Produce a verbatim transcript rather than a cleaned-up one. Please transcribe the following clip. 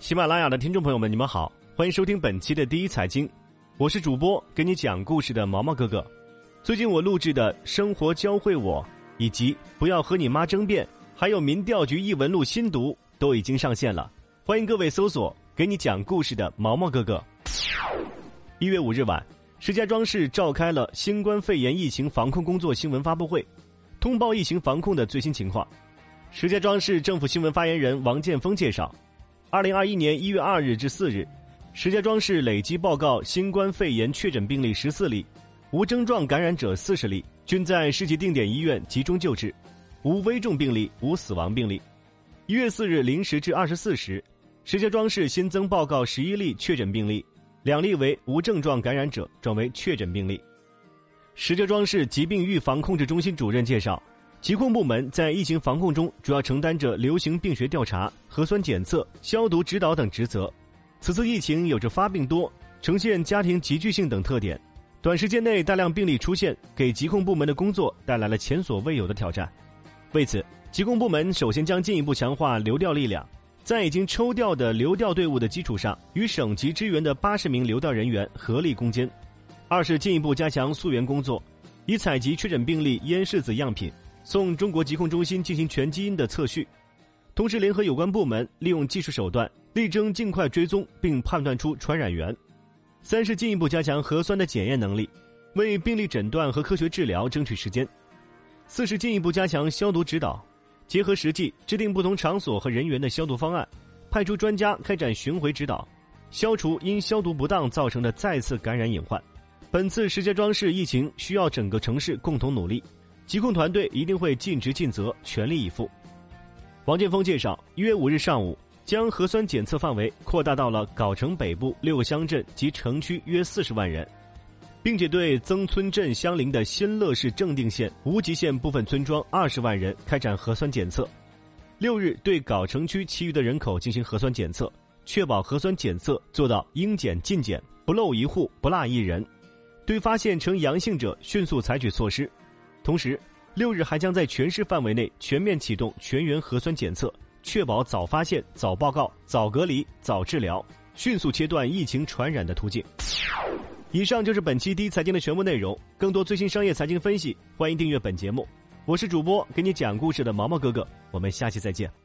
喜马拉雅的听众朋友们，你们好，欢迎收听本期的第一财经，我是主播给你讲故事的毛毛哥哥。最近我录制的《生活教会我》以及不要和你妈争辩，还有民调局异闻录新读都已经上线了，欢迎各位搜索给你讲故事的毛毛哥哥。一月五日晚，石家庄市召开了新冠肺炎疫情防控工作新闻发布会，通报疫情防控的最新情况。石家庄市政府新闻发言人王建峰介绍，二零二一年一月二日至四日，石家庄市累计报告新冠肺炎确诊病例十四例，无症状感染者四十例，均在市级定点医院集中救治，无危重病例，无死亡病例。一月四日零时至二十四时，石家庄市新增报告十一例确诊病例，两例为无症状感染者转为确诊病例。石家庄市疾病预防控制中心主任介绍，疾控部门在疫情防控中主要承担着流行病学调查、核酸检测、消毒指导等职责。此次疫情有着发病多、呈现家庭集聚性等特点，短时间内大量病例出现，给疾控部门的工作带来了前所未有的挑战。为此，疾控部门首先将进一步强化流调力量，在已经抽调的流调队伍的基础上，与省级支援的八十名流调人员合力攻坚。二是进一步加强溯源工作，以采集确诊病例咽拭子样品送中国疾控中心进行全基因的测序，同时联合有关部门利用技术手段，力争尽快追踪并判断出传染源。三是进一步加强核酸的检验能力，为病例诊断和科学治疗争取时间。四是进一步加强消毒指导，结合实际制定不同场所和人员的消毒方案，派出专家开展巡回指导，消除因消毒不当造成的再次感染隐患。本次石家庄市疫情需要整个城市共同努力，疾控团队一定会尽职尽责，全力以赴。王建峰介绍，一月五日上午，将核酸检测范围扩大到了藁城北部六个乡镇及城区约四十万人，并且对曾村镇相邻的新乐市正定县、无极县部分村庄二十万人开展核酸检测。六日对藁城区其余的人口进行核酸检测，确保核酸检测做到应检尽检，不漏一户，不落一人。对发现呈阳性者迅速采取措施。同时，六日还将在全市范围内全面启动全员核酸检测，确保早发现、早报告、早隔离、早治疗，迅速切断疫情传染的途径。以上就是本期第一财经的全部内容，更多最新商业财经分析，欢迎订阅本节目。我是主播给你讲故事的毛毛哥哥，我们下期再见。